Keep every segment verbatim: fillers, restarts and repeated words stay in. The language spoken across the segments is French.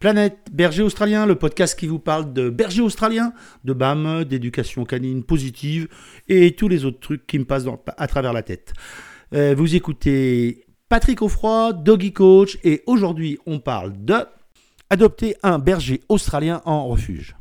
Planète Berger Australien, le podcast qui vous parle de berger australien, de B A M, d'éducation canine positive et tous les autres trucs qui me passent dans, à travers la tête. Euh, vous écoutez Patrick Offroy, Doggy Coach, et aujourd'hui on parle de adopter un berger australien en refuge.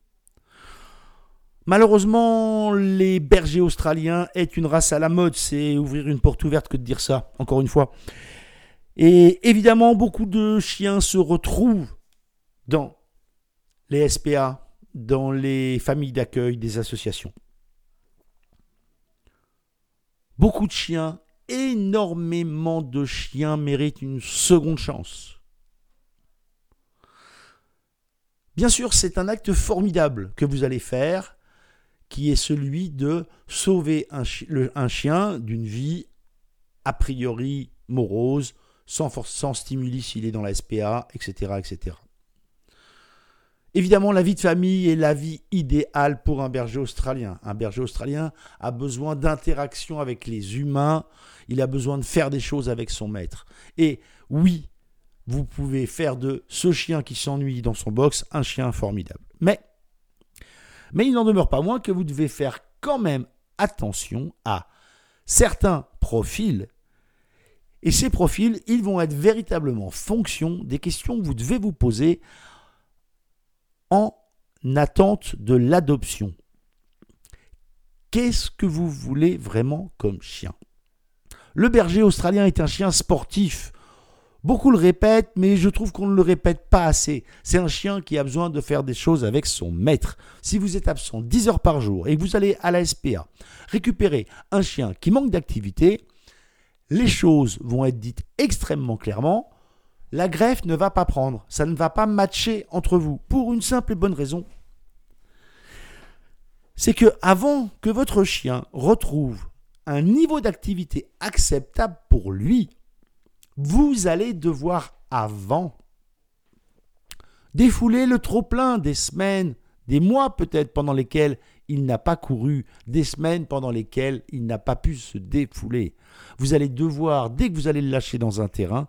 Malheureusement, les bergers australiens est une race à la mode, c'est ouvrir une porte ouverte que de dire ça, encore une fois. Et évidemment, beaucoup de chiens se retrouvent dans les S P A, dans les familles d'accueil des associations. Beaucoup de chiens, énormément de chiens méritent une seconde chance. Bien sûr, c'est un acte formidable que vous allez faire, qui est celui de sauver un, chi- le, un chien d'une vie a priori morose, sans, force, sans stimuli s'il est dans la S P A, et cetera, et cetera. Évidemment, la vie de famille est la vie idéale pour un berger australien. Un berger australien a besoin d'interaction avec les humains, il a besoin de faire des choses avec son maître. Et oui, vous pouvez faire de ce chien qui s'ennuie dans son box un chien formidable. Mais, mais il n'en demeure pas moins que vous devez faire quand même attention à certains profils. Et ces profils, ils vont être véritablement fonction des questions que vous devez vous poser en attente de l'adoption. Qu'est-ce que vous voulez vraiment comme chien ? Le berger australien est un chien sportif. Beaucoup le répètent, mais je trouve qu'on ne le répète pas assez. C'est un chien qui a besoin de faire des choses avec son maître. Si vous êtes absent dix heures par jour et que vous allez à la S P A récupérer un chien qui manque d'activité, les choses vont être dites extrêmement clairement. La greffe ne va pas prendre, ça ne va pas matcher entre vous, pour une simple et bonne raison. C'est que avant que votre chien retrouve un niveau d'activité acceptable pour lui, vous allez devoir avant défouler le trop-plein des semaines, des mois peut-être pendant lesquels il n'a pas couru, des semaines pendant lesquelles il n'a pas pu se défouler. Vous allez devoir, dès que vous allez le lâcher dans un terrain,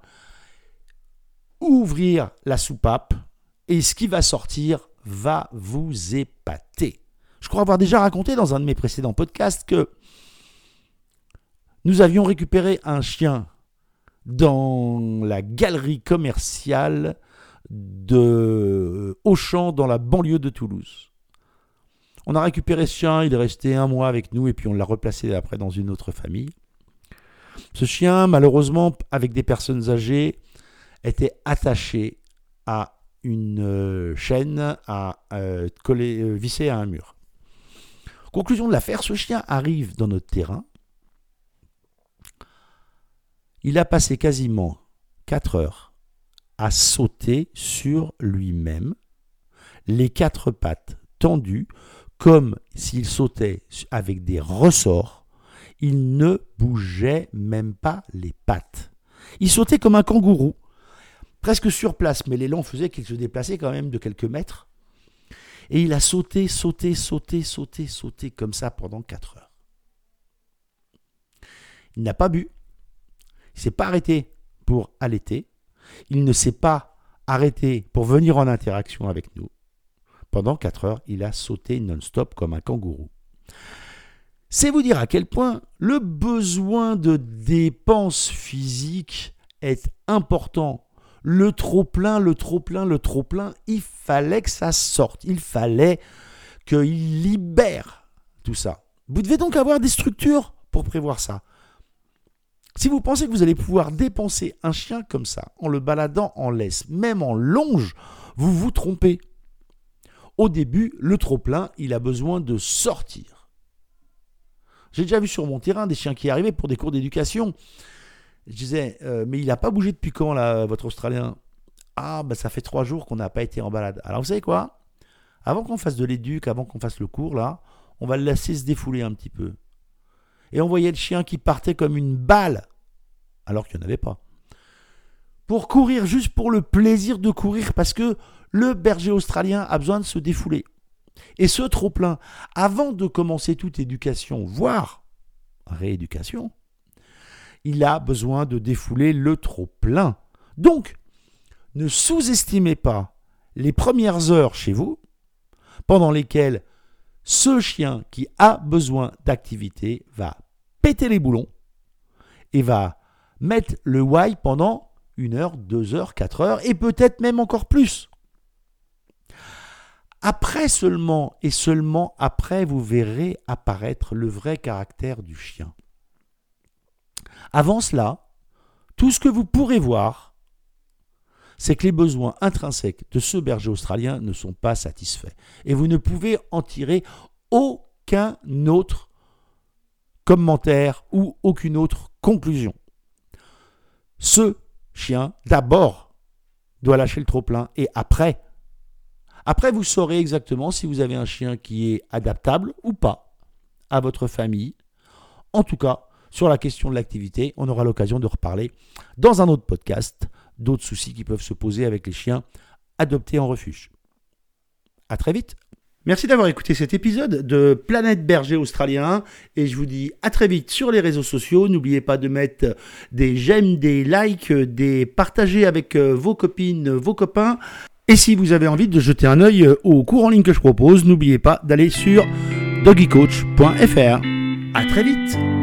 ouvrir la soupape et ce qui va sortir va vous épater. Je crois avoir déjà raconté dans un de mes précédents podcasts que nous avions récupéré un chien dans la galerie commerciale de Auchan dans la banlieue de Toulouse. On a récupéré ce chien, il est resté un mois avec nous et puis on l'a replacé après dans une autre famille. Ce chien, malheureusement, avec des personnes âgées, était attaché à une euh, chaîne à euh, coller, euh, visser à un mur. Conclusion de l'affaire, ce chien arrive dans notre terrain. Il a passé quasiment quatre heures à sauter sur lui-même, les quatre pattes tendues, comme s'il sautait avec des ressorts. Il ne bougeait même pas les pattes. Il sautait comme un kangourou, presque sur place, mais l'élan faisait qu'il se déplaçait quand même de quelques mètres. Et il a sauté, sauté, sauté, sauté, sauté, comme ça pendant quatre heures. Il n'a pas bu. Il ne s'est pas arrêté pour allaiter. Il ne s'est pas arrêté pour venir en interaction avec nous. Pendant quatre heures, il a sauté non-stop comme un kangourou. C'est vous dire à quel point le besoin de dépenses physiques est important. Le trop-plein, le trop-plein, le trop-plein, il fallait que ça sorte. Il fallait qu'il libère tout ça. Vous devez donc avoir des structures pour prévoir ça. Si vous pensez que vous allez pouvoir dépenser un chien comme ça, en le baladant en laisse, même en longe, vous vous trompez. Au début, le trop-plein, il a besoin de sortir. J'ai déjà vu sur mon terrain des chiens qui arrivaient pour des cours d'éducation. Je disais, euh, mais il n'a pas bougé depuis quand, là, votre Australien ? Ah, ben ça fait trois jours qu'on n'a pas été en balade. Alors, vous savez quoi ? Avant qu'on fasse de l'éduc, avant qu'on fasse le cours, là, on va le laisser se défouler un petit peu. Et on voyait le chien qui partait comme une balle, alors qu'il n'y en avait pas. Pour courir, juste pour le plaisir de courir, parce que le berger australien a besoin de se défouler. Et ce trop-plein, avant de commencer toute éducation, voire rééducation, il a besoin de défouler le trop-plein. Donc, ne sous-estimez pas les premières heures chez vous, pendant lesquelles ce chien qui a besoin d'activité va péter les boulons et va mettre le why pendant une heure, deux heures, quatre heures et peut-être même encore plus. Après seulement et seulement après, vous verrez apparaître le vrai caractère du chien. Avant cela, tout ce que vous pourrez voir, c'est que les besoins intrinsèques de ce berger australien ne sont pas satisfaits. Et vous ne pouvez en tirer aucun autre commentaire ou aucune autre conclusion. Ce chien, d'abord, doit lâcher le trop-plein et après, après vous saurez exactement si vous avez un chien qui est adaptable ou pas à votre famille. En tout cas, sur la question de l'activité, on aura l'occasion de reparler dans un autre podcast d'autres soucis qui peuvent se poser avec les chiens adoptés en refuge. À très vite. Merci d'avoir écouté cet épisode de Planète Berger Australien et je vous dis à très vite sur les réseaux sociaux. N'oubliez pas de mettre des j'aime, des likes, des partager avec vos copines, vos copains. Et si vous avez envie de jeter un œil aux cours en ligne que je propose, n'oubliez pas d'aller sur doggy coach point f r. À très vite.